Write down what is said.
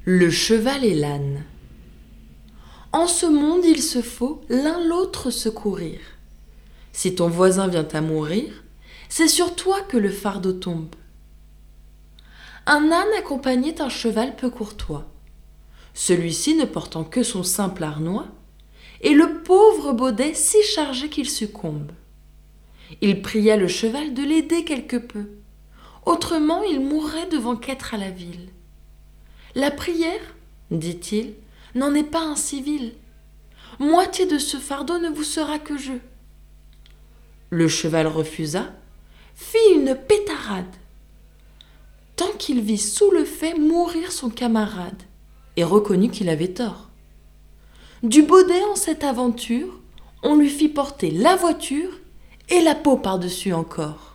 Le cheval et l'âne. En ce monde, il se faut l'un l'autre secourir. Si ton voisin vient à mourir, c'est sur toi que le fardeau tombe. Un âne accompagnait un cheval peu courtois, celui-ci ne portant que son simple harnois, et le pauvre baudet si chargé qu'il succombe. Il pria le cheval de l'aider quelque peu, autrement il mourrait devant qu'être à la ville. La prière, dit-il, n'en est pas incivile. Moitié de ce fardeau ne vous sera que jeu. Le cheval refusa, fit une pétarade, tant qu'il vit sous le fait mourir son camarade, et reconnut qu'il avait tort. Du baudet en cette aventure, on lui fit porter la voiture et la peau par-dessus encore.